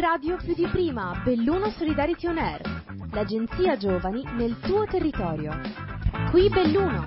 radio più di prima, Belluno Solidarity On Air, l'agenzia giovani nel tuo territorio. Qui Belluno.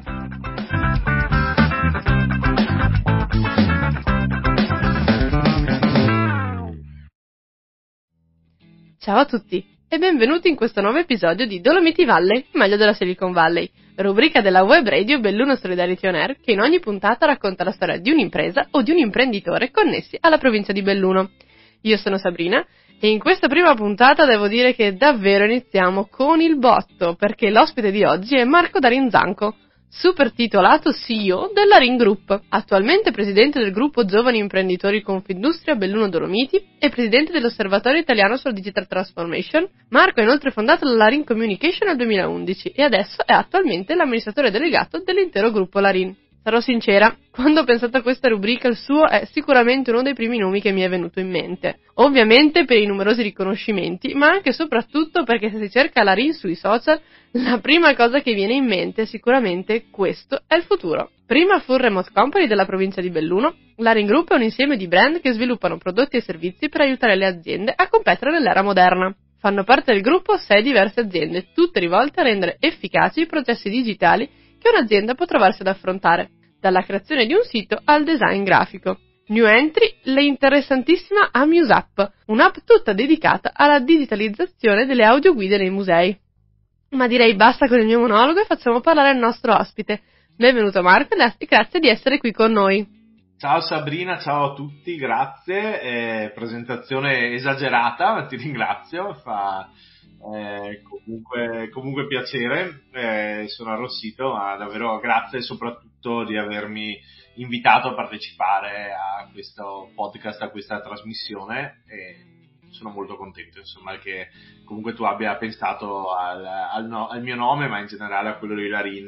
Ciao a tutti e benvenuti in questo nuovo episodio di Dolomiti Valley, meglio della Silicon Valley, rubrica della web radio Belluno Solidarity On Air che in ogni puntata racconta la storia di un'impresa o di un imprenditore connessi alla provincia di Belluno. Io sono Sabrina e in questa prima puntata devo dire che davvero iniziamo con il botto, perché l'ospite di oggi è Marco D'Arinzanco, super titolato CEO della Ring Group, attualmente presidente del gruppo Giovani Imprenditori Confindustria Belluno Dolomiti e presidente dell'Osservatorio Italiano sulla Digital Transformation. Marco ha inoltre fondato la Larin Communication nel 2011 e adesso è attualmente l'amministratore delegato dell'intero gruppo Larin. Sarò sincera, quando ho pensato a questa rubrica il suo è sicuramente uno dei primi nomi che mi è venuto in mente. Ovviamente per i numerosi riconoscimenti, ma anche e soprattutto perché se si cerca Larin sui social, la prima cosa che viene in mente è sicuramente questo è il futuro. Prima full remote company della provincia di Belluno, Larin Group è un insieme di brand che sviluppano prodotti e servizi per aiutare le aziende a competere nell'era moderna. Fanno parte del gruppo 6 diverse aziende, tutte rivolte a rendere efficaci i processi digitali che un'azienda può trovarsi ad affrontare, dalla creazione di un sito al design grafico. New entry, l'interessantissima AmuseUp, un'app tutta dedicata alla digitalizzazione delle audioguide nei musei. Ma direi basta con il mio monologo e facciamo parlare il nostro ospite. Benvenuto Marco e grazie di essere qui con noi. Ciao Sabrina, ciao a tutti, grazie, presentazione esagerata, ma ti ringrazio, fa comunque piacere, sono arrossito, ma davvero grazie soprattutto di avermi invitato a partecipare a questo podcast, a questa trasmissione e sono molto contento insomma che comunque tu abbia pensato al mio nome, ma in generale a quello di Larin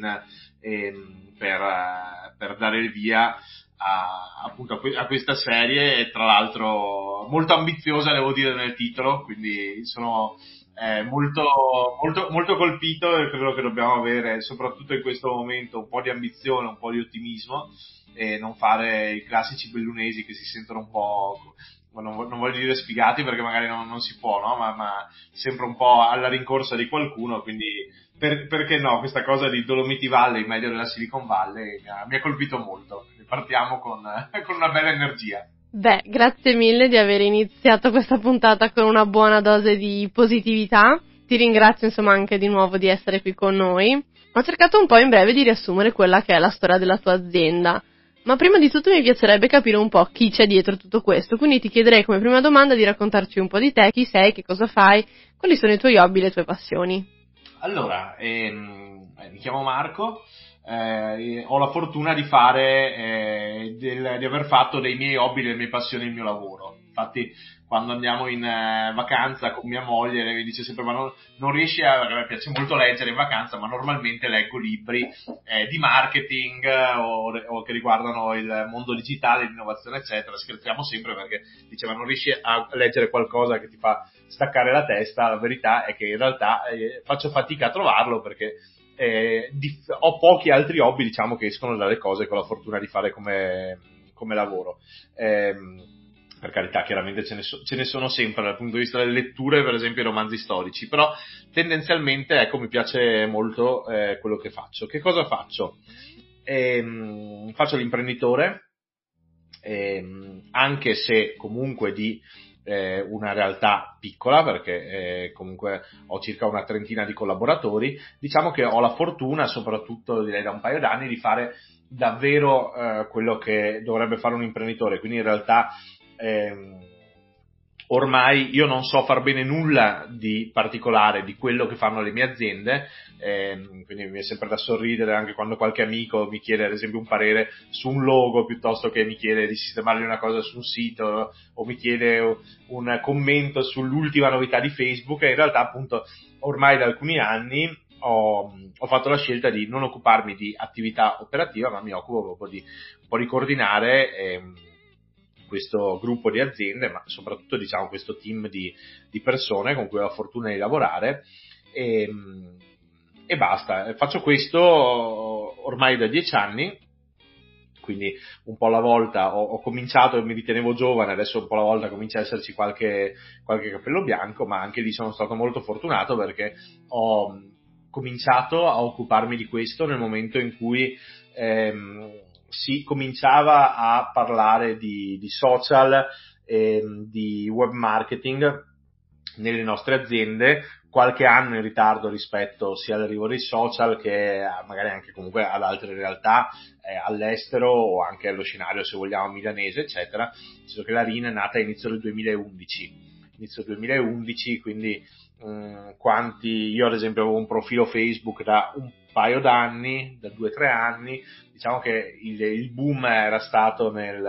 per dare il via appunto a questa serie e tra l'altro molto ambiziosa devo dire nel titolo, quindi sono molto colpito e credo che dobbiamo avere soprattutto in questo momento un po' di ambizione, un po' di ottimismo e non fare i classici bellunesi che si sentono un po', non voglio dire sfigati perché magari non si può, no? Ma sempre un po' alla rincorsa di qualcuno, quindi perché no, questa cosa di Dolomiti Valley, meglio della Silicon Valley, mi ha colpito molto. Partiamo con una bella energia. Beh, grazie mille di aver iniziato questa puntata con una buona dose di positività. Ti ringrazio insomma anche di nuovo di essere qui con noi. Ho cercato un po' in breve di riassumere quella che è la storia della tua azienda, ma prima di tutto mi piacerebbe capire un po' chi c'è dietro tutto questo, quindi ti chiederei come prima domanda di raccontarci un po' di te, chi sei, che cosa fai, quali sono i tuoi hobby, le tue passioni. Allora, mi chiamo Marco. Ho la fortuna di fare di aver fatto dei miei hobby, delle mie passioni il mio lavoro. Infatti quando andiamo in vacanza con mia moglie lei mi dice sempre ma non riesci perché a me piace molto leggere in vacanza, ma normalmente leggo libri di marketing o che riguardano il mondo digitale, l'innovazione eccetera. Scherziamo sempre perché dice ma non riesci a leggere qualcosa che ti fa staccare la testa. La verità è che in realtà faccio fatica a trovarlo perché ho pochi altri hobby, diciamo, che escono dalle cose che ho la fortuna di fare come lavoro. Per carità, chiaramente ce ne sono sempre dal punto di vista delle letture, per esempio i romanzi storici, però tendenzialmente ecco mi piace molto quello che faccio. Che cosa faccio? Faccio l'imprenditore, anche se comunque di una realtà piccola perché comunque ho circa una trentina di collaboratori. Diciamo che ho la fortuna, soprattutto direi da un paio d'anni, di fare davvero quello che dovrebbe fare un imprenditore, quindi in realtà ormai io non so far bene nulla di particolare di quello che fanno le mie aziende, quindi mi è sempre da sorridere anche quando qualche amico mi chiede ad esempio un parere su un logo piuttosto che mi chiede di sistemargli una cosa su un sito o mi chiede un commento sull'ultima novità di Facebook. E in realtà appunto ormai da alcuni anni ho fatto la scelta di non occuparmi di attività operativa, ma mi occupo un po' di coordinare questo gruppo di aziende, ma soprattutto diciamo questo team di persone con cui ho la fortuna di lavorare e basta. Faccio questo ormai da 10 anni quindi un po' alla volta ho cominciato e mi ritenevo giovane, adesso un po' alla volta comincia ad esserci qualche capello bianco, ma anche lì sono stato molto fortunato perché ho cominciato a occuparmi di questo nel momento in cui si cominciava a parlare di social e di web marketing nelle nostre aziende, qualche anno in ritardo rispetto sia all'arrivo dei social che magari anche comunque ad altre realtà all'estero o anche allo scenario, se vogliamo, milanese, eccetera. Nel senso che la RIN è nata a inizio 2011, quindi io ad esempio avevo un profilo Facebook da un paio d'anni, da 2-3 anni, diciamo che il boom era stato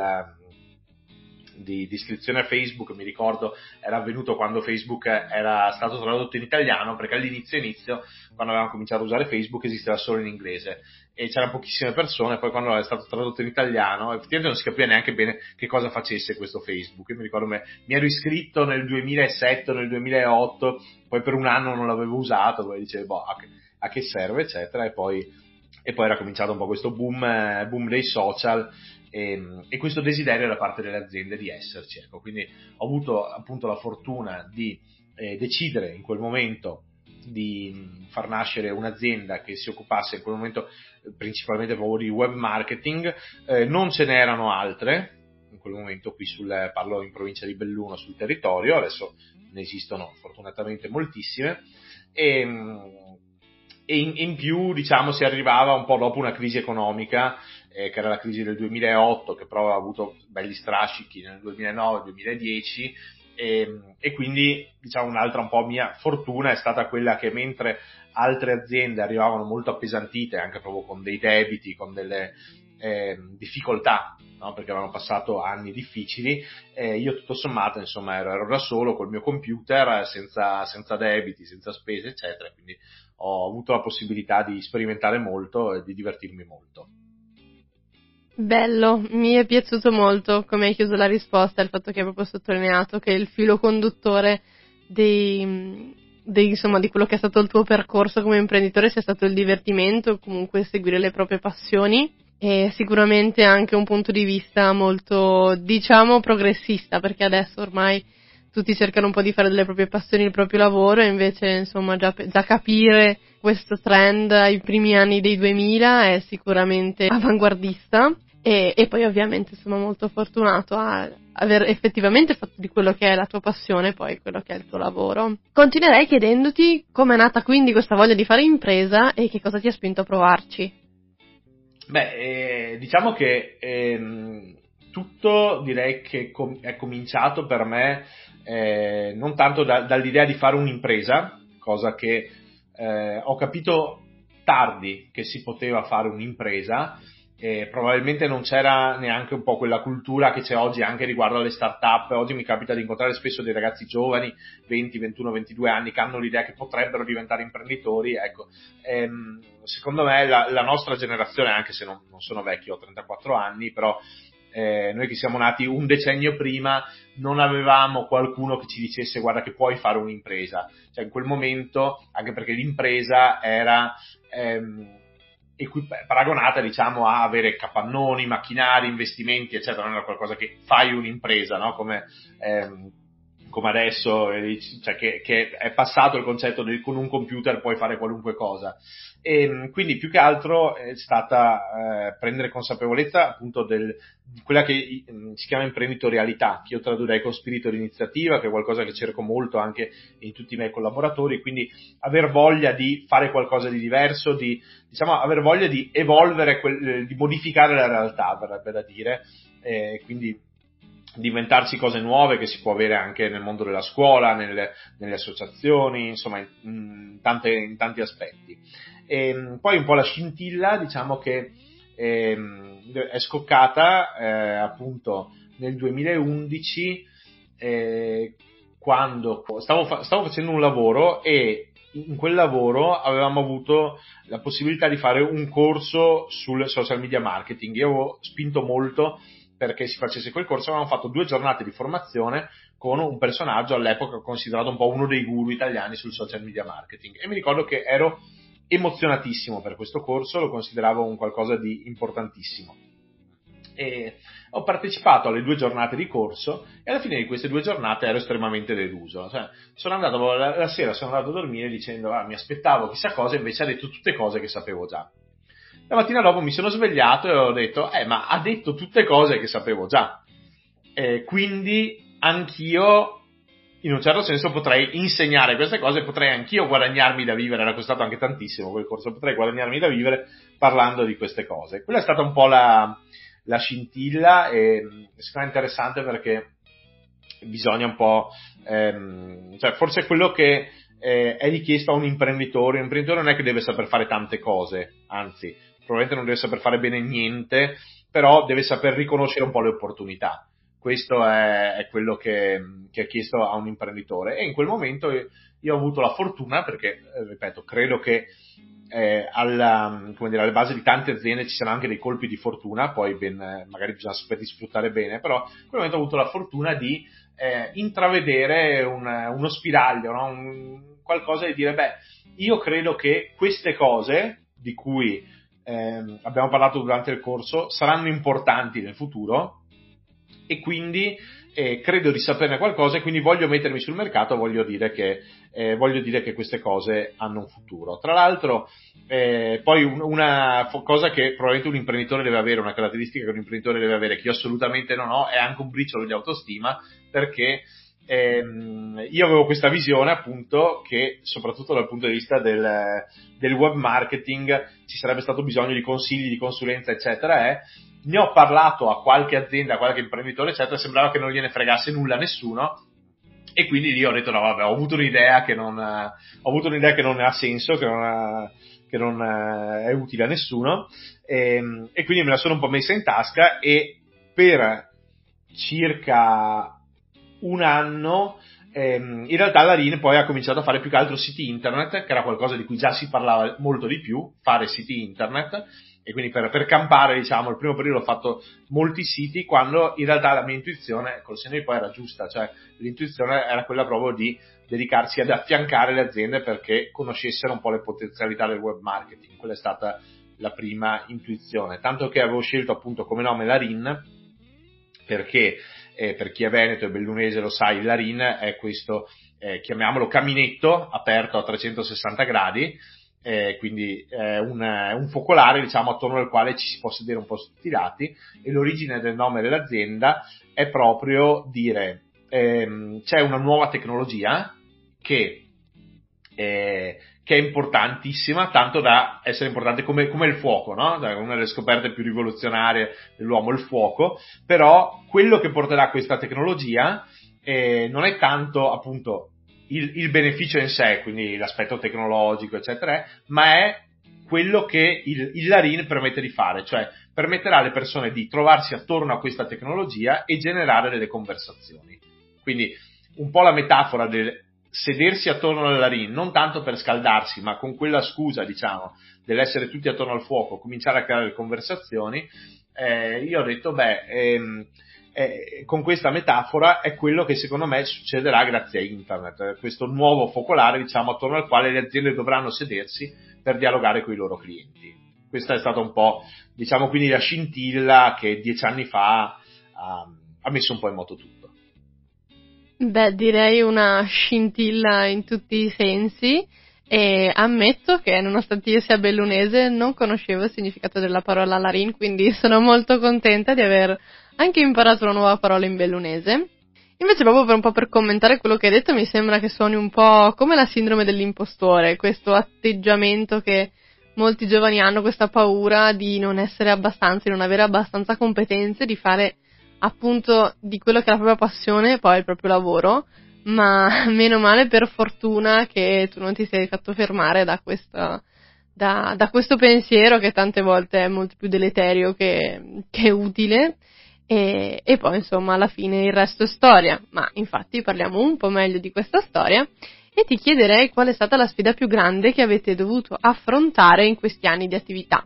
di iscrizione a Facebook, mi ricordo era avvenuto quando Facebook era stato tradotto in italiano, perché all'inizio quando avevamo cominciato a usare Facebook esisteva solo in inglese e c'erano pochissime persone, poi quando è stato tradotto in italiano effettivamente non si capiva neanche bene che cosa facesse questo Facebook. Io mi ricordo mi ero iscritto nel 2007 o nel 2008, poi per un anno non l'avevo usato, poi dicevo a che serve, eccetera, e poi era cominciato un po' questo boom dei social e questo desiderio da parte delle aziende di esserci, ecco. Quindi ho avuto appunto la fortuna di decidere in quel momento di far nascere un'azienda che si occupasse in quel momento principalmente proprio di web marketing. Non ce n'erano altre in quel momento qui parlo in provincia di Belluno, sul territorio, adesso ne esistono fortunatamente moltissime e in più, diciamo, si arrivava un po' dopo una crisi economica, che era la crisi del 2008, che però ha avuto belli strascichi nel 2009-2010, e quindi, diciamo, un'altra un po' mia fortuna è stata quella che mentre altre aziende arrivavano molto appesantite, anche proprio con dei debiti, con delle difficoltà, no? Perché avevano passato anni difficili, io tutto sommato, insomma, ero da solo col mio computer, senza debiti, senza spese, eccetera, quindi ho avuto la possibilità di sperimentare molto e di divertirmi molto. Bello, mi è piaciuto molto come hai chiuso la risposta, il fatto che hai proprio sottolineato che il filo conduttore insomma, di quello che è stato il tuo percorso come imprenditore sia stato il divertimento, comunque seguire le proprie passioni, e sicuramente anche un punto di vista molto, diciamo, progressista, perché adesso ormai tutti cercano un po' di fare delle proprie passioni il proprio lavoro, e invece, insomma, già capire questo trend ai primi anni dei 2000 è sicuramente avanguardista. E poi ovviamente sono molto fortunato a aver effettivamente fatto di quello che è la tua passione poi quello che è il tuo lavoro. Continuerei chiedendoti come è nata quindi questa voglia di fare impresa e che cosa ti ha spinto a provarci. Diciamo che tutto direi che è cominciato per me non tanto dall'idea di fare un'impresa, cosa che ho capito tardi che si poteva fare un'impresa. Probabilmente non c'era neanche un po' quella cultura che c'è oggi anche riguardo alle start-up. Oggi mi capita di incontrare spesso dei ragazzi giovani, 20, 21, 22 anni, che hanno l'idea che potrebbero diventare imprenditori. Ecco, secondo me la nostra generazione, anche se non sono vecchio, ho 34 anni, però noi che siamo nati un decennio prima non avevamo qualcuno che ci dicesse guarda che puoi fare un'impresa. Cioè in quel momento, anche perché l'impresa era paragonata, diciamo, a avere capannoni, macchinari, investimenti, eccetera. Non era qualcosa che fai un'impresa, no? Come adesso, cioè che è passato il concetto di con un computer puoi fare qualunque cosa. E quindi più che altro è stata prendere consapevolezza appunto di quella che si chiama imprenditorialità, che io tradurrei con spirito di iniziativa, che è qualcosa che cerco molto anche in tutti i miei collaboratori, quindi aver voglia di fare qualcosa di diverso, diciamo aver voglia di evolvere, di modificare la realtà, verrebbe da dire, quindi di inventarsi cose nuove che si può avere anche nel mondo della scuola, nelle associazioni, insomma in tanti aspetti. E poi un po' la scintilla, diciamo che è scoccata appunto nel 2011 quando stavo facendo un lavoro e in quel lavoro avevamo avuto la possibilità di fare un corso sul social media marketing. Io avevo spinto molto perché si facesse quel corso. Avevamo fatto 2 giornate di formazione con un personaggio all'epoca considerato un po' uno dei guru italiani sul social media marketing, e mi ricordo che ero emozionatissimo per questo corso, lo consideravo un qualcosa di importantissimo. E ho partecipato alle 2 giornate di corso e alla fine di queste 2 giornate ero estremamente deluso. Cioè, sono andato la sera, sono andato a dormire dicendo mi aspettavo chissà cosa, invece ha detto tutte cose che sapevo già. La mattina dopo mi sono svegliato e ho detto ma ha detto tutte cose che sapevo già, quindi anch'io in un certo senso potrei insegnare queste cose, potrei anch'io guadagnarmi da vivere, era costato anche tantissimo quel corso, potrei guadagnarmi da vivere parlando di queste cose. Quella è stata un po' la scintilla, e secondo me è interessante perché bisogna un po', cioè forse è quello che è richiesto a un imprenditore non è che deve saper fare tante cose, anzi probabilmente non deve saper fare bene niente, però deve saper riconoscere un po' le opportunità. Questo è quello che è chiesto a un imprenditore, e in quel momento io ho avuto la fortuna, perché ripeto, credo che alle basi di tante aziende ci siano anche dei colpi di fortuna, poi magari bisogna saperli sfruttare bene, però in quel momento ho avuto la fortuna di intravedere uno spiraglio, no? Qualcosa di dire, io credo che queste cose di cui abbiamo parlato durante il corso saranno importanti nel futuro, e quindi credo di saperne qualcosa, e quindi voglio mettermi sul mercato, voglio dire che queste cose hanno un futuro. Tra l'altro, poi una cosa che probabilmente un imprenditore deve avere, una caratteristica che un imprenditore deve avere, che io assolutamente non ho, è anche un briciolo di autostima, perché io avevo questa visione, appunto, che soprattutto dal punto di vista del web marketing ci sarebbe stato bisogno di consigli, di consulenza, eccetera. Ne ho parlato a qualche azienda, a qualche imprenditore, eccetera, sembrava che non gliene fregasse nulla a nessuno, e quindi lì ho detto ho avuto un'idea che non ha senso, che non è utile a nessuno, e quindi me la sono un po' messa in tasca, e per circa un anno in realtà la RIN poi ha cominciato a fare più che altro siti internet, che era qualcosa di cui già si parlava molto di più, fare siti internet, e quindi per campare, diciamo, il primo periodo ho fatto molti siti, quando in realtà la mia intuizione col senno di poi era giusta, cioè l'intuizione era quella proprio di dedicarsi ad affiancare le aziende perché conoscessero un po' le potenzialità del web marketing. Quella è stata la prima intuizione, tanto che avevo scelto appunto come nome la RIN, perché per chi è veneto e bellunese lo sa, il RIN è questo, chiamiamolo caminetto aperto a 360 gradi, quindi è un focolare, diciamo, attorno al quale ci si può sedere un po' tutti i lati, e l'origine del nome dell'azienda è proprio dire c'è una nuova tecnologia che è importantissima, tanto da essere importante come il fuoco, no? Una delle scoperte più rivoluzionarie dell'uomo, il fuoco. Però quello che porterà questa tecnologia non è tanto appunto il beneficio in sé, quindi l'aspetto tecnologico, eccetera, ma è quello che il LARIN permette di fare, cioè permetterà alle persone di trovarsi attorno a questa tecnologia e generare delle conversazioni. Quindi un po' la metafora del sedersi attorno alla RIN, non tanto per scaldarsi, ma con quella scusa, diciamo, dell'essere tutti attorno al fuoco, cominciare a creare conversazioni. Io ho detto, con questa metafora è quello che secondo me succederà grazie a internet, questo nuovo focolare, diciamo, attorno al quale le aziende dovranno sedersi per dialogare con i loro clienti. Questa è stata un po', diciamo, quindi la scintilla che 10 anni fa ha messo un po' in moto tutto. Direi una scintilla in tutti i sensi, e ammetto che nonostante io sia bellunese non conoscevo il significato della parola LARIN, quindi sono molto contenta di aver anche imparato una nuova parola in bellunese. Invece, proprio per un po' per commentare quello che hai detto, mi sembra che suoni un po' come la sindrome dell'impostore, questo atteggiamento che molti giovani hanno, questa paura di non essere abbastanza, di non avere abbastanza competenze, di fare appunto di quello che è la propria passione poi il proprio lavoro, ma meno male, per fortuna, che tu non ti sei fatto fermare da questo pensiero, che tante volte è molto più deleterio che utile, e poi insomma alla fine il resto è storia. Ma infatti parliamo un po' meglio di questa storia e ti chiederei qual è stata la sfida più grande che avete dovuto affrontare in questi anni di attività.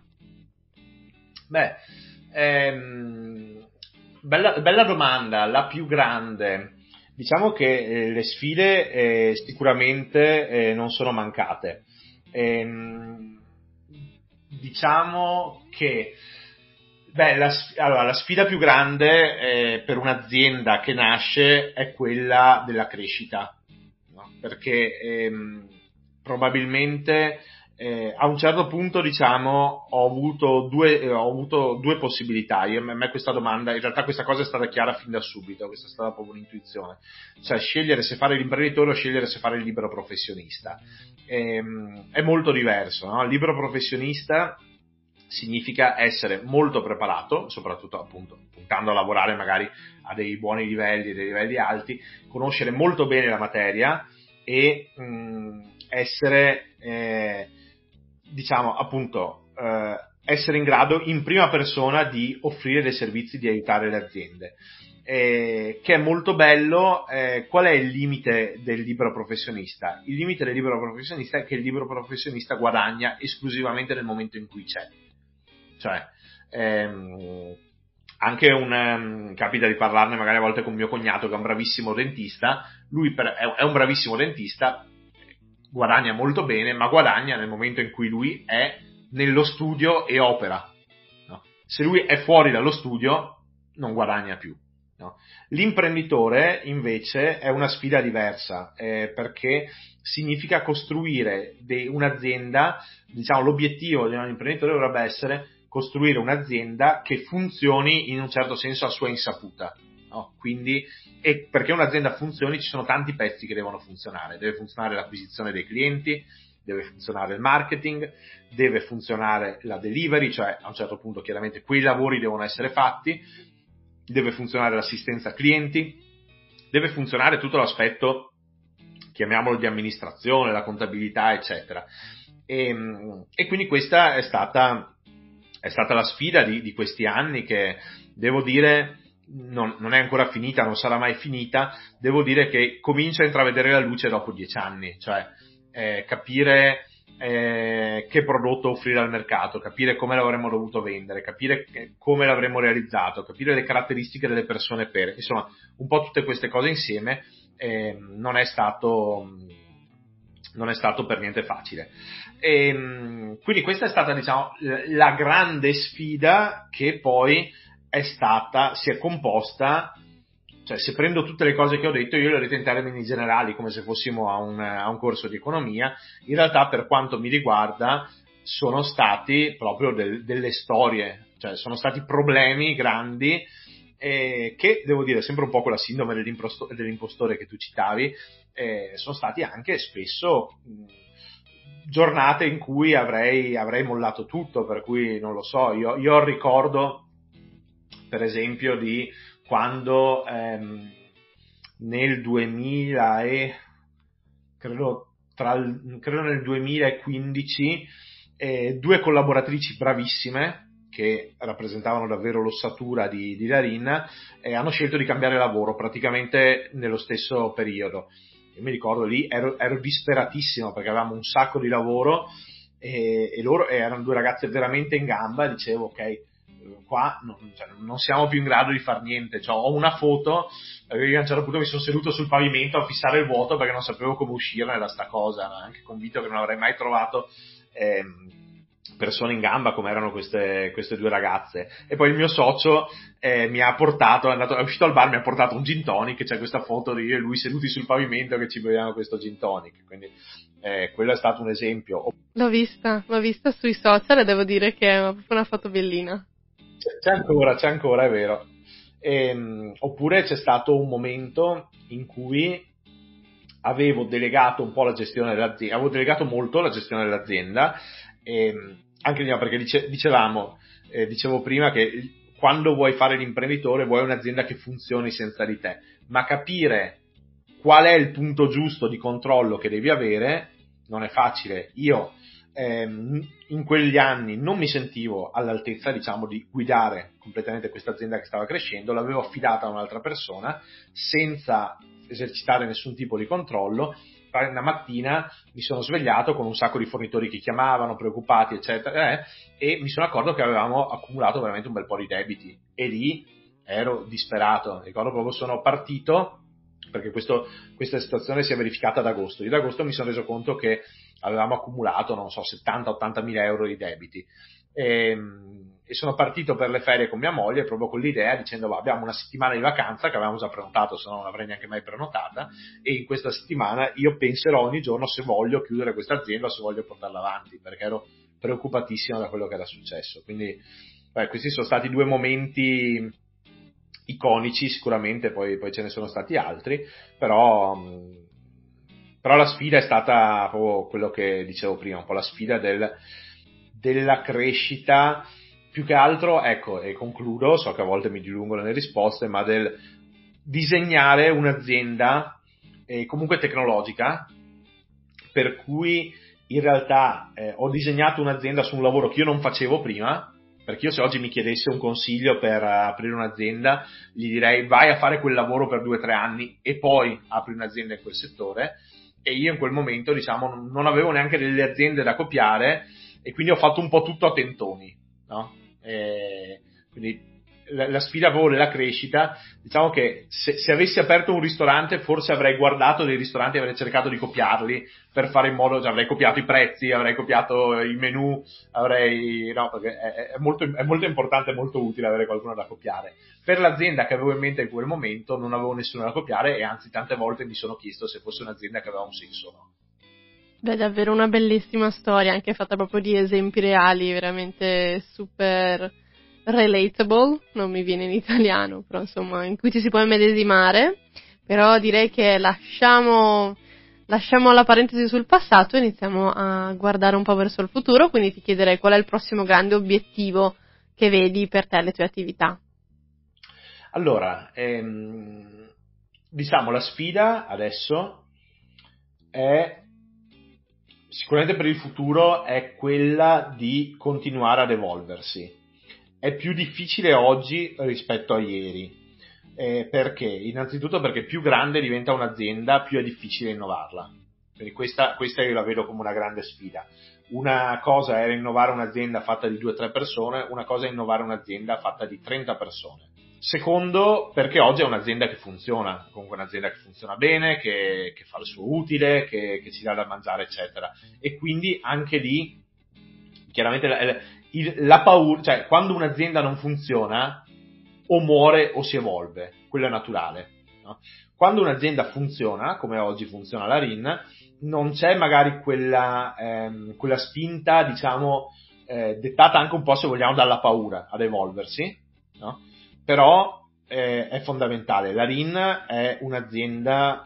Bella domanda. La più grande, diciamo che le sfide sicuramente non sono mancate. Diciamo che Beh, allora, la sfida più grande per un'azienda che nasce è quella della crescita, no? Perché probabilmente a un certo punto, diciamo, ho avuto due possibilità. A me questa domanda, in realtà questa cosa è stata chiara fin da subito, questa è stata proprio un'intuizione, cioè scegliere se fare l'imprenditore o scegliere se fare il libero professionista. È molto diverso, no? Il libero professionista significa essere molto preparato, soprattutto appunto puntando a lavorare magari a dei buoni livelli, dei livelli alti, conoscere molto bene la materia e essere, diciamo appunto, essere in grado in prima persona di offrire dei servizi, di aiutare le aziende. Che è molto bello. Qual è il limite del libero professionista? Il limite del libero professionista è che il libero professionista guadagna esclusivamente nel momento in cui c'è. Cioè, anche capita di parlarne magari a volte con mio cognato che è un bravissimo dentista, lui è un bravissimo dentista, guadagna molto bene, ma guadagna nel momento in cui lui è nello studio e opera, no? Se lui è fuori dallo studio non guadagna più, no? L'imprenditore invece è una sfida diversa, perché significa costruire un'azienda, diciamo l'obiettivo di un imprenditore dovrebbe essere costruire un'azienda che funzioni in un certo senso a sua insaputa, no? Quindi, e perché un'azienda funzioni ci sono tanti pezzi che devono funzionare. Deve funzionare l'acquisizione dei clienti, deve funzionare il marketing, deve funzionare la delivery, cioè a un certo punto chiaramente quei lavori devono essere fatti, deve funzionare l'assistenza clienti, deve funzionare tutto l'aspetto, chiamiamolo di amministrazione, la contabilità, eccetera. E quindi questa è stata la sfida di questi anni, che devo dire non è ancora finita, non sarà mai finita. Devo dire che comincia a intravedere la luce dopo 10 anni, cioè capire che prodotto offrire al mercato, capire come l'avremmo dovuto vendere, capire come l'avremmo realizzato, capire le caratteristiche delle persone insomma, un po' tutte queste cose insieme. Non è stato per niente facile. Quindi questa è stata, diciamo, la grande sfida, che poi si è composta, cioè se prendo tutte le cose che ho detto, io le ho dette in termini generali, come se fossimo a un corso di economia. In realtà, per quanto mi riguarda, sono stati proprio delle storie, cioè sono stati problemi grandi, che, devo dire, sempre un po' con la sindrome dell'impostore che tu citavi, sono stati anche spesso giornate in cui avrei mollato tutto, per cui non lo so, io ricordo per esempio di quando nel 2000 credo nel 2015 due collaboratrici bravissime che rappresentavano davvero l'ossatura di Darin hanno scelto di cambiare lavoro praticamente nello stesso periodo. Io mi ricordo lì ero disperatissimo perché avevamo un sacco di lavoro e loro erano due ragazze veramente in gamba, e dicevo ok, qua non siamo più in grado di far niente. Cioè, ho una foto, io a un certo punto mi sono seduto sul pavimento a fissare il vuoto perché non sapevo come uscirne da sta cosa, anche convinto che non avrei mai trovato persone in gamba come erano queste due ragazze. E poi il mio socio mi ha portato, è uscito al bar, mi ha portato un gin tonic, c'è questa foto di io e lui seduti sul pavimento che ci beviamo questo gin tonic, quindi quello è stato un esempio. L'ho vista sui social e devo dire che è proprio una foto bellina. C'è ancora, è vero. Oppure c'è stato un momento in cui avevo delegato un po' la gestione dell'azienda, avevo delegato molto la gestione dell'azienda, anche prima perché dicevo prima che quando vuoi fare l'imprenditore vuoi un'azienda che funzioni senza di te, ma capire qual è il punto giusto di controllo che devi avere non è facile. Io in quegli anni non mi sentivo all'altezza, diciamo, di guidare completamente questa azienda che stava crescendo, l'avevo affidata a un'altra persona senza esercitare nessun tipo di controllo. Una mattina mi sono svegliato con un sacco di fornitori che chiamavano preoccupati, eccetera, e mi sono accorto che avevamo accumulato veramente un bel po' di debiti, e lì ero disperato. Ricordo proprio, sono partito perché questa situazione si è verificata ad agosto. Io ad agosto mi sono reso conto che avevamo accumulato, non so, 70-80 mila euro di debiti, E sono partito per le ferie con mia moglie proprio con l'idea dicendo abbiamo una settimana di vacanza che avevamo già prenotato, se no non l'avrei neanche mai prenotata, e in questa settimana io penserò ogni giorno se voglio chiudere questa azienda o se voglio portarla avanti, perché ero preoccupatissimo da quello che era successo. Quindi questi sono stati 2 momenti iconici sicuramente, poi ce ne sono stati altri, però la sfida è stata proprio quello che dicevo prima, un po' la sfida della crescita, più che altro, ecco, e concludo, so che a volte mi dilungo nelle risposte, ma del disegnare un'azienda comunque tecnologica, per cui in realtà ho disegnato un'azienda su un lavoro che io non facevo prima, perché io se oggi mi chiedesse un consiglio per aprire un'azienda, gli direi vai a fare quel lavoro per 2 o 3 anni e poi apri un'azienda in quel settore, e io in quel momento diciamo non avevo neanche delle aziende da copiare e quindi ho fatto un po' tutto a tentoni, no? Quindi la sfida proprio della crescita, diciamo che se avessi aperto un ristorante forse avrei guardato dei ristoranti e avrei cercato di copiarli per fare in modo, cioè avrei copiato i prezzi, avrei copiato i menù, perché è molto importante e molto utile avere qualcuno da copiare. Per l'azienda che avevo in mente in quel momento non avevo nessuno da copiare, e anzi tante volte mi sono chiesto se fosse un'azienda che aveva un senso o no. Beh, davvero una bellissima storia, anche fatta proprio di esempi reali, veramente super relatable, non mi viene in italiano, però insomma, in cui ci si può immedesimare. Però direi che lasciamo la parentesi sul passato e iniziamo a guardare un po' verso il futuro, quindi ti chiederei qual è il prossimo grande obiettivo che vedi per te e le tue attività. Allora, diciamo la sfida adesso è sicuramente per il futuro è quella di continuare ad evolversi. È più difficile oggi rispetto a ieri. Perché? Innanzitutto perché più grande diventa un'azienda, più è difficile innovarla. Quindi questa io la vedo come una grande sfida. Una cosa era innovare un'azienda fatta di 2 o 3 persone, una cosa è innovare un'azienda fatta di 30 persone. Secondo, perché oggi è un'azienda che funziona, comunque un'azienda che funziona bene, che fa il suo utile, che ci dà da mangiare, eccetera. E quindi anche lì, chiaramente la paura, cioè quando un'azienda non funziona, o muore o si evolve, quello è naturale, no? Quando un'azienda funziona, come oggi funziona la RIN, non c'è magari quella spinta, diciamo, dettata anche un po', se vogliamo, dalla paura ad evolversi, no? Però è fondamentale. La RIN è un'azienda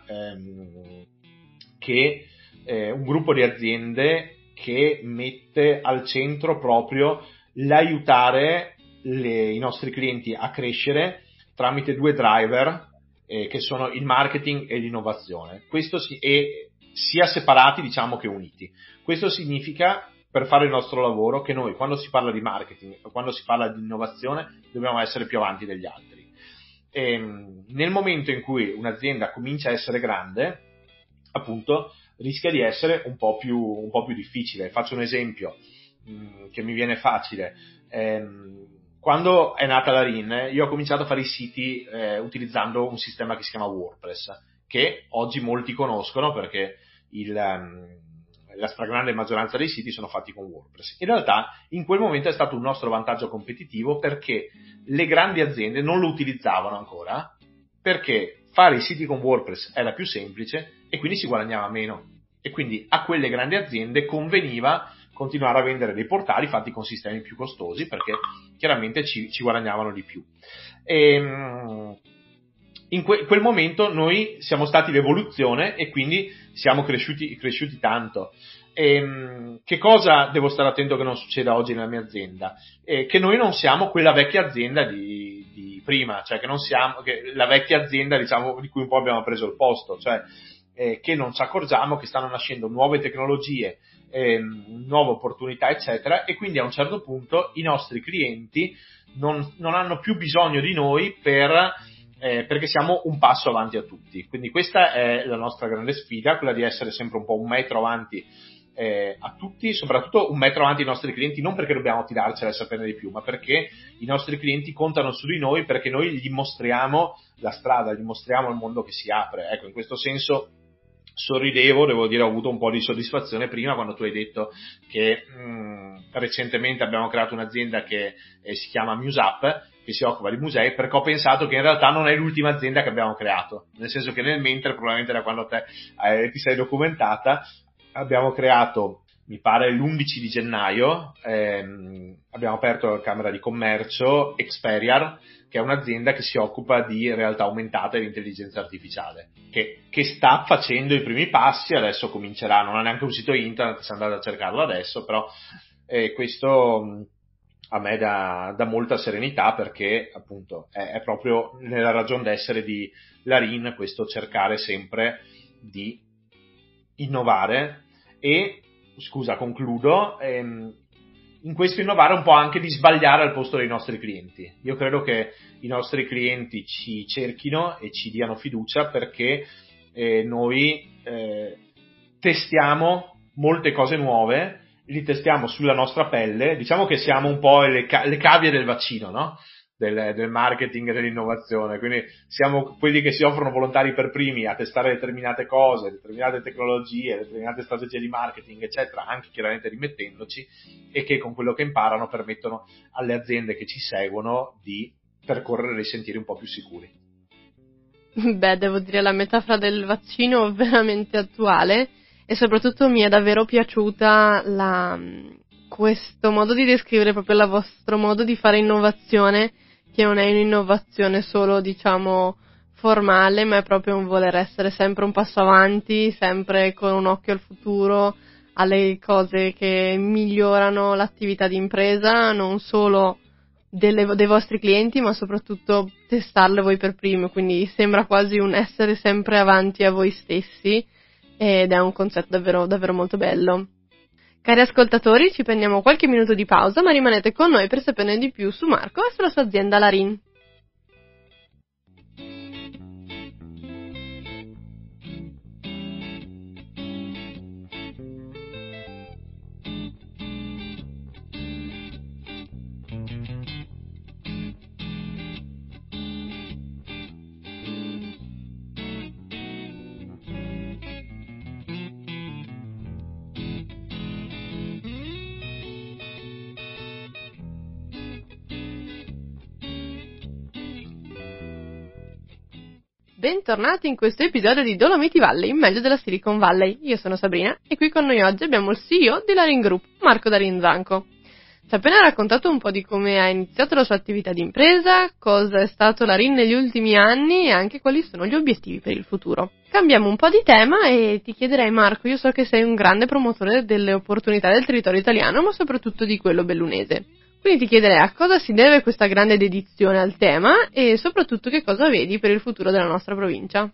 che un gruppo di aziende che mette al centro proprio l'aiutare i nostri clienti a crescere tramite 2 driver che sono il marketing e l'innovazione. Questo sia separati, diciamo, che uniti. Questo significa, per fare il nostro lavoro, che noi quando si parla di marketing o quando si parla di innovazione dobbiamo essere più avanti degli altri. Nel momento in cui un'azienda comincia a essere grande, appunto, rischia di essere un po' più difficile. Faccio un esempio che mi viene facile. Quando è nata la RIN, io ho cominciato a fare i siti utilizzando un sistema che si chiama WordPress, che oggi molti conoscono perché la stragrande maggioranza dei siti sono fatti con WordPress. In realtà in quel momento è stato un nostro vantaggio competitivo perché le grandi aziende non lo utilizzavano ancora, perché fare i siti con WordPress era più semplice e quindi si guadagnava meno, e quindi a quelle grandi aziende conveniva continuare a vendere dei portali fatti con sistemi più costosi perché chiaramente ci guadagnavano di più. In quel momento noi siamo stati l'evoluzione e quindi siamo cresciuti tanto. Che cosa devo stare attento che non succeda oggi nella mia azienda? Che noi non siamo quella vecchia azienda di prima, cioè che non siamo la vecchia azienda, diciamo, di cui un po' abbiamo preso il posto, cioè che non ci accorgiamo che stanno nascendo nuove tecnologie, nuove opportunità, eccetera, e quindi a un certo punto i nostri clienti non hanno più bisogno di noi perché siamo un passo avanti a tutti. Quindi questa è la nostra grande sfida, quella di essere sempre un po' un metro avanti a tutti, soprattutto un metro avanti ai nostri clienti, non perché dobbiamo tirarcela e saperne di più, ma perché i nostri clienti contano su di noi, perché noi gli mostriamo la strada, gli mostriamo il mondo che si apre. Ecco, in questo senso sorridevo, devo dire, ho avuto un po' di soddisfazione prima quando tu hai detto che recentemente abbiamo creato un'azienda che si chiama MuseUp, che si occupa di musei, perché ho pensato che in realtà non è l'ultima azienda che abbiamo creato, nel senso che nel mentre, probabilmente da quando te ti sei documentata, abbiamo creato, mi pare l'11 di gennaio, abbiamo aperto la Camera di Commercio Experiar, che è un'azienda che si occupa di realtà aumentata e di intelligenza artificiale, che sta facendo i primi passi, adesso comincerà, non ha neanche un sito internet, se andate a cercarlo adesso, però questo a me dà molta serenità, perché appunto è proprio nella ragion d'essere di Larin questo cercare sempre di innovare e, concludo, in questo innovare un po' anche di sbagliare al posto dei nostri clienti. Io credo che i nostri clienti ci cerchino e ci diano fiducia, perché noi testiamo molte cose nuove, li testiamo sulla nostra pelle, diciamo che siamo un po' le cavie del vaccino, no? Del marketing e dell'innovazione, quindi siamo quelli che si offrono volontari per primi a testare determinate cose, determinate tecnologie, determinate strategie di marketing, eccetera, anche chiaramente rimettendoci, e che con quello che imparano permettono alle aziende che ci seguono di percorrere dei sentieri un po' più sicuri. Beh, devo dire, la metafora del vaccino è veramente attuale, e soprattutto mi è davvero piaciuta questo modo di descrivere proprio il vostro modo di fare innovazione, che non è un'innovazione solo, diciamo, formale, ma è proprio un voler essere sempre un passo avanti, sempre con un occhio al futuro, alle cose che migliorano l'attività di impresa, non solo dei vostri clienti, ma soprattutto testarle voi per primo, quindi sembra quasi un essere sempre avanti a voi stessi, ed è un concetto davvero, davvero molto bello. Cari ascoltatori, ci prendiamo qualche minuto di pausa, ma rimanete con noi per saperne di più su Marco e sulla sua azienda Larin. Bentornati in questo episodio di Dolomiti Valley, meglio della Silicon Valley. Io sono Sabrina e qui con noi oggi abbiamo il CEO di Larin Group, Marco Darinzanco. Ci ha appena raccontato un po' di come ha iniziato la sua attività di impresa, cosa è stato Larin negli ultimi anni e anche quali sono gli obiettivi per il futuro. Cambiamo un po' di tema e ti chiederei, Marco, io so che sei un grande promotore delle opportunità del territorio italiano, ma soprattutto di quello bellunese. Quindi ti chiederei a cosa si deve questa grande dedizione al tema e soprattutto che cosa vedi per il futuro della nostra provincia.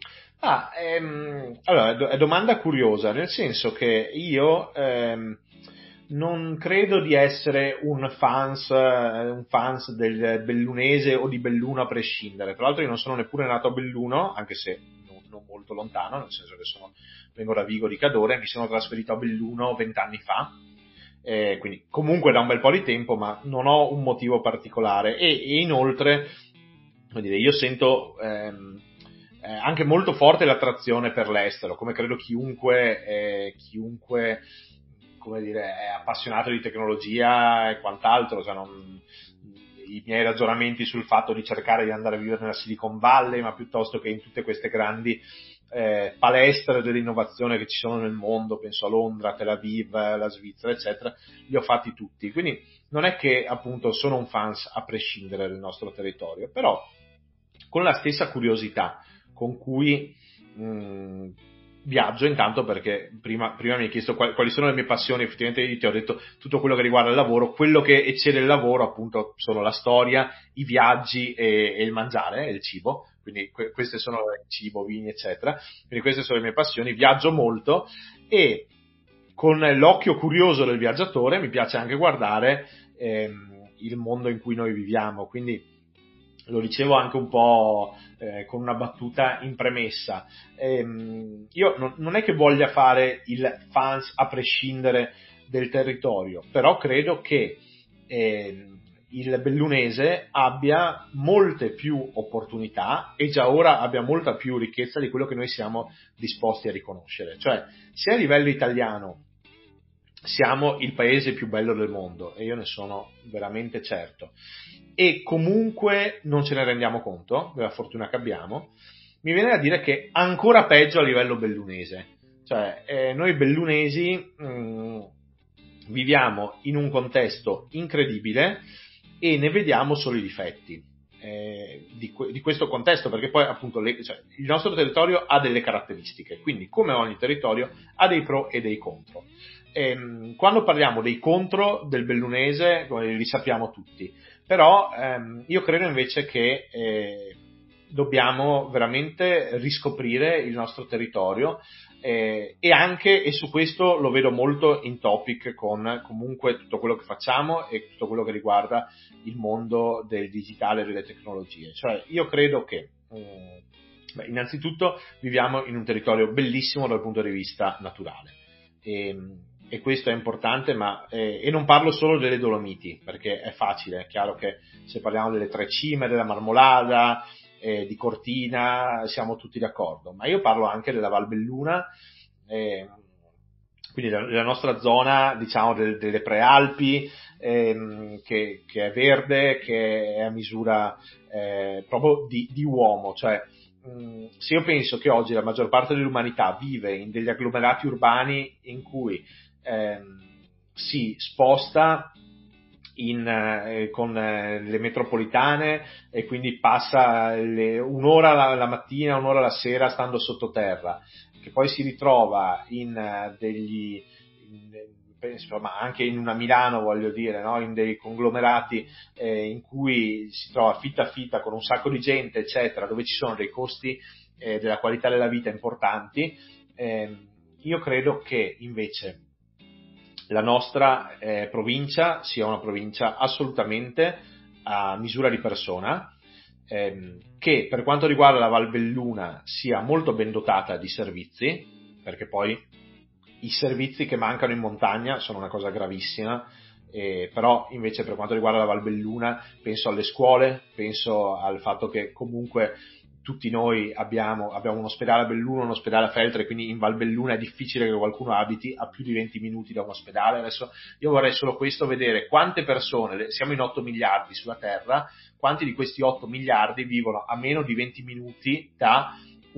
Allora, è domanda curiosa, nel senso che io non credo di essere un fans del bellunese o di Belluno a prescindere. Tra l'altro io non sono neppure nato a Belluno, anche se non molto lontano, nel senso che vengo da Vigo di Cadore, mi sono trasferito a Belluno 20 anni fa. Quindi comunque da un bel po' di tempo, ma non ho un motivo particolare e inoltre, come dire, io sento anche molto forte l'attrazione per l'estero, come credo chiunque come dire, è appassionato di tecnologia e quant'altro, cioè i miei ragionamenti sul fatto di cercare di andare a vivere nella Silicon Valley, ma piuttosto che in tutte queste grandi palestre dell'innovazione che ci sono nel mondo, penso a Londra, Tel Aviv, la Svizzera, eccetera, li ho fatti tutti. Quindi non è che appunto sono un fans a prescindere del nostro territorio, però con la stessa curiosità con cui viaggio, intanto perché prima mi hai chiesto quali sono le mie passioni, effettivamente io ti ho detto tutto quello che riguarda il lavoro, quello che eccede il lavoro appunto sono la storia, i viaggi e il mangiare, il cibo. Quindi queste sono il cibo, vini, eccetera. Quindi queste sono le mie passioni. Viaggio molto e con l'occhio curioso del viaggiatore mi piace anche guardare il mondo in cui noi viviamo. Quindi lo dicevo anche un po' con una battuta in premessa. Io non è che voglia fare il fans a prescindere del territorio, però credo che il bellunese abbia molte più opportunità e già ora abbia molta più ricchezza di quello che noi siamo disposti a riconoscere. Cioè, se a livello italiano siamo il paese più bello del mondo, e io ne sono veramente certo, e comunque non ce ne rendiamo conto della fortuna che abbiamo, mi viene da dire che ancora peggio a livello bellunese. Cioè, noi bellunesi viviamo in un contesto incredibile e ne vediamo solo i difetti di questo contesto, perché poi appunto il nostro territorio ha delle caratteristiche, quindi come ogni territorio ha dei pro e dei contro. Quando parliamo dei contro del bellunese li sappiamo tutti, però io credo invece che dobbiamo veramente riscoprire il nostro territorio e su questo lo vedo molto in topic con comunque tutto quello che facciamo e tutto quello che riguarda il mondo del digitale e delle tecnologie. Cioè, io credo che innanzitutto viviamo in un territorio bellissimo dal punto di vista naturale e questo è importante, e non parlo solo delle Dolomiti, perché è facile, è chiaro che se parliamo delle Tre Cime, della Marmolada, di Cortina, siamo tutti d'accordo, ma io parlo anche della Val Belluna, quindi della nostra zona, diciamo, delle Prealpi, che è verde, che è a misura proprio di uomo. Cioè, se io penso che oggi la maggior parte dell'umanità vive in degli agglomerati urbani in cui si sposta con le metropolitane e quindi passa un'ora la mattina, un'ora la sera stando sottoterra, che poi si ritrova insomma, anche in una Milano, voglio dire, no? In dei conglomerati in cui si trova fitta a fitta con un sacco di gente, eccetera, dove ci sono dei costi della qualità della vita importanti. Io credo che invece la nostra provincia sia una provincia assolutamente a misura di persona, che per quanto riguarda la Val Belluna sia molto ben dotata di servizi, perché poi i servizi che mancano in montagna sono una cosa gravissima, però invece per quanto riguarda la Val Belluna penso alle scuole, penso al fatto che comunque tutti noi abbiamo un ospedale a Belluno, un ospedale a Feltre, quindi in Val Belluna è difficile che qualcuno abiti a più di 20 minuti da un ospedale. Adesso io vorrei solo questo, vedere quante persone, siamo in 8 miliardi sulla Terra, quanti di questi 8 miliardi vivono a meno di 20 minuti da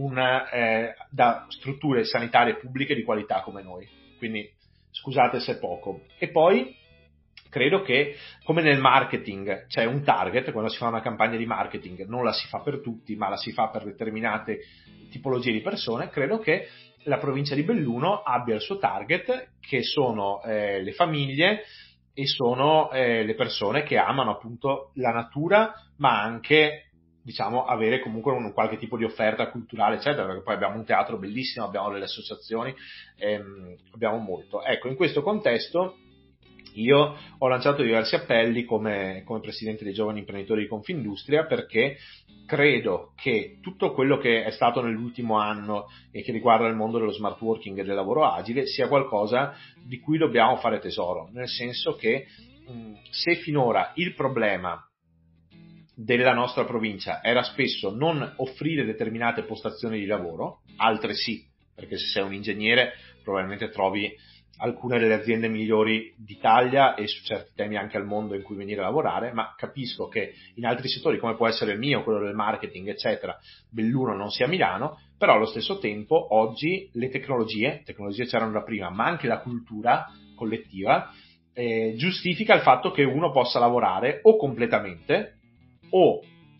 strutture sanitarie pubbliche di qualità come noi. Quindi scusate se è poco. E poi credo che, come nel marketing c'è un target, quando si fa una campagna di marketing non la si fa per tutti, ma la si fa per determinate tipologie di persone, credo che la provincia di Belluno abbia il suo target, che sono le famiglie e sono le persone che amano appunto la natura, ma anche, diciamo, avere comunque un qualche tipo di offerta culturale, eccetera, perché poi abbiamo un teatro bellissimo, abbiamo delle associazioni, abbiamo molto. Ecco, in questo contesto io ho lanciato diversi appelli come presidente dei giovani imprenditori di Confindustria, perché credo che tutto quello che è stato nell'ultimo anno e che riguarda il mondo dello smart working e del lavoro agile sia qualcosa di cui dobbiamo fare tesoro, nel senso che se finora il problema della nostra provincia era spesso non offrire determinate postazioni di lavoro, altre sì, perché se sei un ingegnere probabilmente trovi alcune delle aziende migliori d'Italia e su certi temi anche al mondo in cui venire a lavorare, ma capisco che in altri settori, come può essere il mio, quello del marketing, eccetera, Belluno non sia Milano, però allo stesso tempo oggi le tecnologie c'erano da prima, ma anche la cultura collettiva giustifica il fatto che uno possa lavorare o completamente o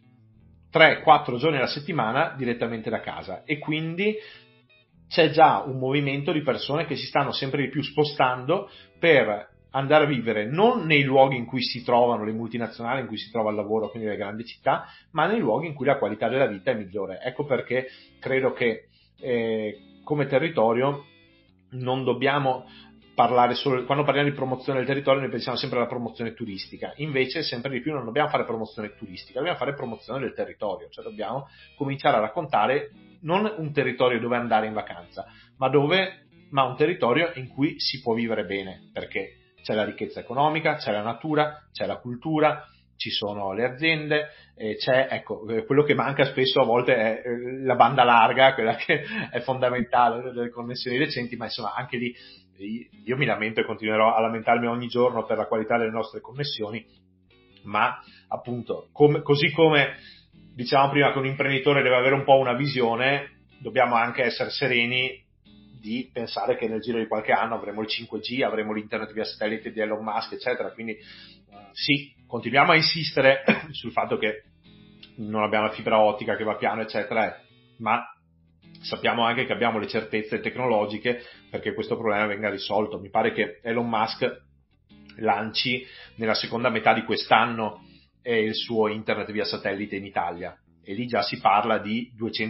3-4 giorni alla settimana direttamente da casa, e quindi c'è già un movimento di persone che si stanno sempre di più spostando per andare a vivere non nei luoghi in cui si trovano le multinazionali, in cui si trova il lavoro, quindi le grandi città, ma nei luoghi in cui la qualità della vita è migliore. Ecco perché credo che come territorio non dobbiamo parlare solo, quando parliamo di promozione del territorio noi pensiamo sempre alla promozione turistica, invece sempre di più non dobbiamo fare promozione turistica, dobbiamo fare promozione del territorio, cioè dobbiamo cominciare a raccontare non un territorio dove andare in vacanza, ma un territorio in cui si può vivere bene, perché c'è la ricchezza economica, c'è la natura, c'è la cultura, ci sono le aziende, quello che manca spesso a volte è la banda larga, quella che è fondamentale, delle connessioni decenti, ma insomma anche lì io mi lamento e continuerò a lamentarmi ogni giorno per la qualità delle nostre connessioni, ma appunto così come diciamo prima che un imprenditore deve avere un po' una visione, dobbiamo anche essere sereni di pensare che nel giro di qualche anno avremo il 5G, avremo l'internet via satellite di Elon Musk, eccetera. Quindi sì, continuiamo a insistere sul fatto che non abbiamo la fibra ottica che va piano, eccetera, ma sappiamo anche che abbiamo le certezze tecnologiche perché questo problema venga risolto. Mi pare che Elon Musk lanci nella seconda metà di quest'anno il suo internet via satellite in Italia, e lì già si parla di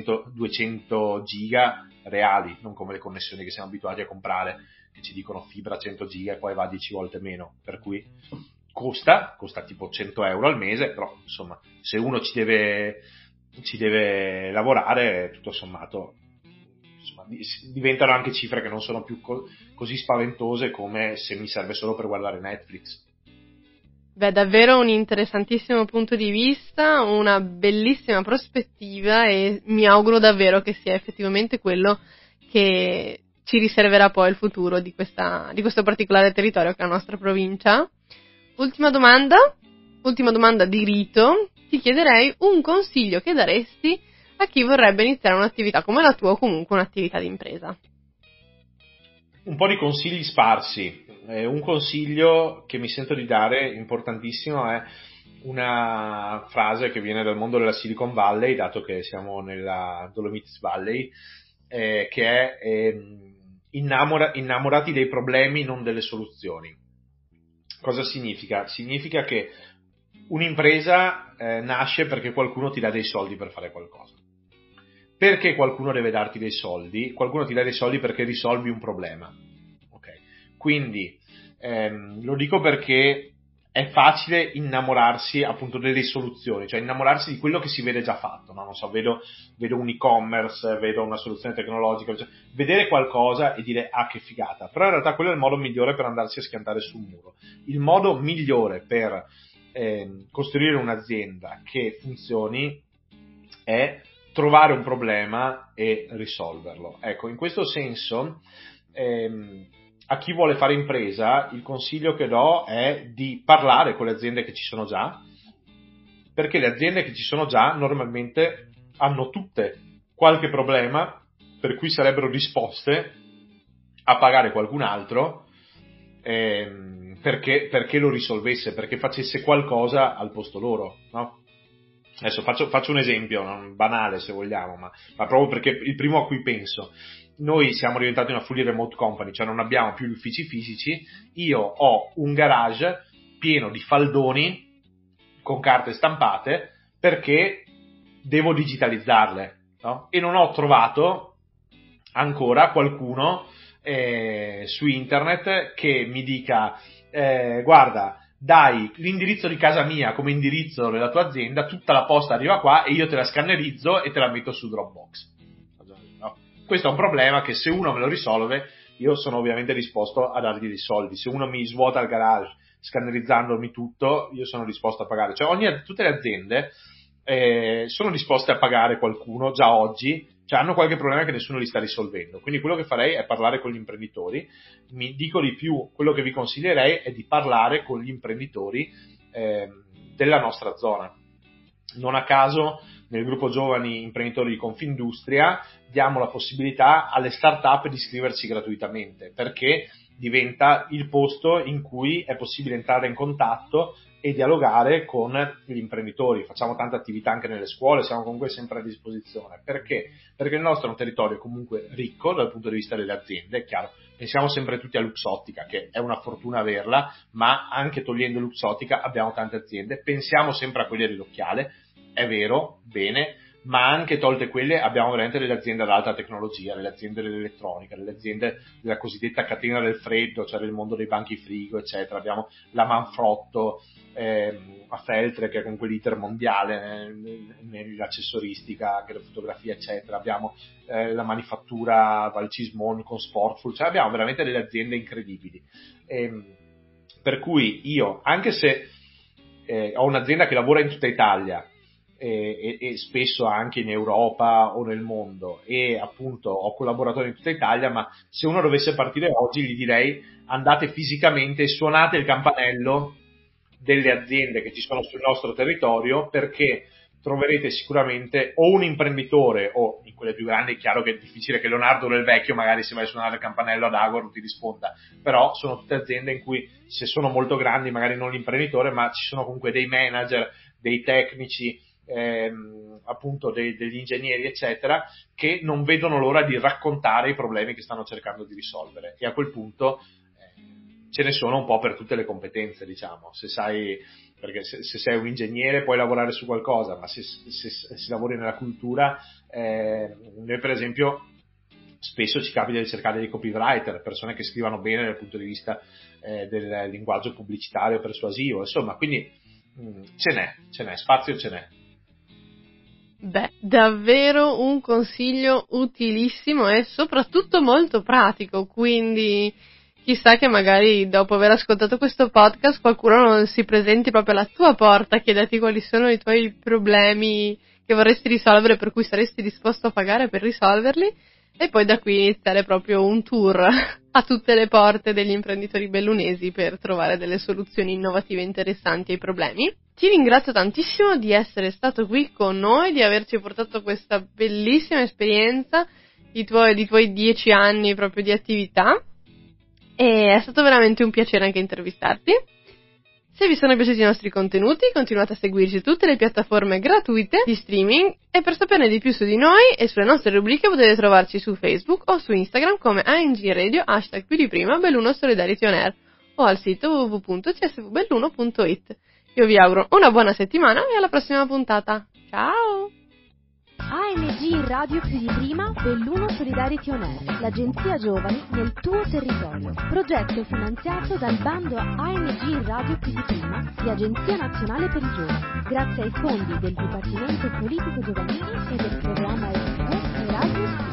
200 giga reali, non come le connessioni che siamo abituati a comprare, che ci dicono fibra 100 giga e poi va 10 volte meno, per cui costa tipo 100 euro al mese, però insomma se uno ci deve lavorare, tutto sommato insomma, diventano anche cifre che non sono più così spaventose come se mi serve solo per guardare Netflix. Beh, davvero un interessantissimo punto di vista, una bellissima prospettiva, e mi auguro davvero che sia effettivamente quello che ci riserverà poi il futuro di questo particolare territorio che è la nostra provincia. Ultima domanda di rito, ti chiederei un consiglio che daresti a chi vorrebbe iniziare un'attività come la tua o comunque un'attività di impresa. Un po' di consigli sparsi. Un consiglio che mi sento di dare, importantissimo, è una frase che viene dal mondo della Silicon Valley, dato che siamo nella Dolomites Valley, che è innamorati dei problemi, non delle soluzioni. Cosa significa? Significa che un'impresa nasce perché qualcuno ti dà dei soldi per fare qualcosa. Perché qualcuno deve darti dei soldi? Qualcuno ti dà dei soldi perché risolvi un problema. Okay. Quindi lo dico perché è facile innamorarsi appunto delle soluzioni, cioè innamorarsi di quello che si vede già fatto, no? Non so, vedo un e-commerce, vedo una soluzione tecnologica, cioè, vedere qualcosa e dire ah che figata, però in realtà quello è il modo migliore per andarsi a schiantare sul muro. Il modo migliore per costruire un'azienda che funzioni è trovare un problema e risolverlo. Ecco, in questo senso a chi vuole fare impresa il consiglio che do è di parlare con le aziende che ci sono già, perché le aziende che ci sono già normalmente hanno tutte qualche problema per cui sarebbero disposte a pagare qualcun altro perché lo risolvesse, perché facesse qualcosa al posto loro, no? Adesso faccio un esempio, banale se vogliamo, ma proprio perché il primo a cui penso. Noi siamo diventati una fully remote company, cioè non abbiamo più gli uffici fisici. Io ho un garage pieno di faldoni con carte stampate perché devo digitalizzarle, no? E non ho trovato ancora qualcuno su internet che mi dica guarda, dai l'indirizzo di casa mia come indirizzo della tua azienda, tutta la posta arriva qua e io te la scannerizzo e te la metto su Dropbox. No? Questo è un problema che se uno me lo risolve io sono ovviamente disposto a dargli dei soldi. Se uno mi svuota il garage scannerizzandomi tutto, io sono disposto a pagare. Cioè tutte le aziende sono disposte a pagare qualcuno già oggi, cioè hanno qualche problema che nessuno li sta risolvendo. Quindi quello che farei è parlare con gli imprenditori. Mi dico di più, quello che vi consiglierei è di parlare con gli imprenditori della nostra zona. Non a caso nel gruppo giovani imprenditori di Confindustria diamo la possibilità alle start-up di iscriversi gratuitamente, perché diventa il posto in cui è possibile entrare in contatto e dialogare con gli imprenditori. Facciamo tante attività anche nelle scuole, siamo comunque sempre a disposizione. Perché? Perché il nostro è un territorio comunque ricco dal punto di vista delle aziende, è chiaro. Pensiamo sempre tutti a Luxottica, che è una fortuna averla, ma anche togliendo Luxottica abbiamo tante aziende. Pensiamo sempre a quelle dell'occhiale, è vero, bene, ma anche tolte quelle abbiamo veramente delle aziende ad alta tecnologia, delle aziende dell'elettronica, delle aziende della cosiddetta catena del freddo, cioè del mondo dei banchi frigo, eccetera. Abbiamo la Manfrotto a Feltre, che è comunque l'iter mondiale nell'accessoristica, anche la fotografia, eccetera. Abbiamo la manifattura Valcismon con Sportful, cioè abbiamo veramente delle aziende incredibili. Per cui io, anche se ho un'azienda che lavora in tutta Italia e spesso anche in Europa o nel mondo, e appunto ho collaboratori in tutta Italia, ma se uno dovesse partire oggi gli direi: andate fisicamente e suonate il campanello delle aziende che ci sono sul nostro territorio, perché troverete sicuramente o un imprenditore, o in quelle più grandi è chiaro che è difficile che Leonardo Del Vecchio magari se vai a suonare il campanello ad Agor non ti risponda, però sono tutte aziende in cui, se sono molto grandi, magari non l'imprenditore, ma ci sono comunque dei manager, dei tecnici, appunto degli ingegneri eccetera, che non vedono l'ora di raccontare i problemi che stanno cercando di risolvere, e a quel punto ce ne sono un po' per tutte le competenze, diciamo. Se sai, perché se sei un ingegnere puoi lavorare su qualcosa, ma se lavori nella cultura, noi per esempio spesso ci capita di cercare dei copywriter, persone che scrivano bene dal punto di vista del linguaggio pubblicitario persuasivo, insomma, quindi ce n'è, spazio ce n'è. Beh, davvero un consiglio utilissimo e soprattutto molto pratico, quindi chissà che magari dopo aver ascoltato questo podcast qualcuno non si presenti proprio alla tua porta, chiedati quali sono i tuoi problemi che vorresti risolvere, per cui saresti disposto a pagare per risolverli, e poi da qui iniziare proprio un tour a tutte le porte degli imprenditori bellunesi per trovare delle soluzioni innovative e interessanti ai problemi. Ti ringrazio tantissimo di essere stato qui con noi, di averci portato questa bellissima esperienza di tuoi 10 anni proprio di attività, e è stato veramente un piacere anche intervistarti. Se vi sono piaciuti i nostri contenuti, continuate a seguirci su tutte le piattaforme gratuite di streaming, e per saperne di più su di noi e sulle nostre rubriche potete trovarci su Facebook o su Instagram come ANG Radio, #più di prima Belluno Solidarity On Air, o al sito www.csvbelluno.it. Io vi auguro una buona settimana e alla prossima puntata. Ciao! ANG Radio più di prima Belluno Solidarity On Air, l'agenzia giovani nel tuo territorio. Progetto finanziato dal bando ANG Radio più di prima di Agenzia Nazionale per i Giovani, grazie ai fondi del Dipartimento Politico Giovanili e del programma Erasmus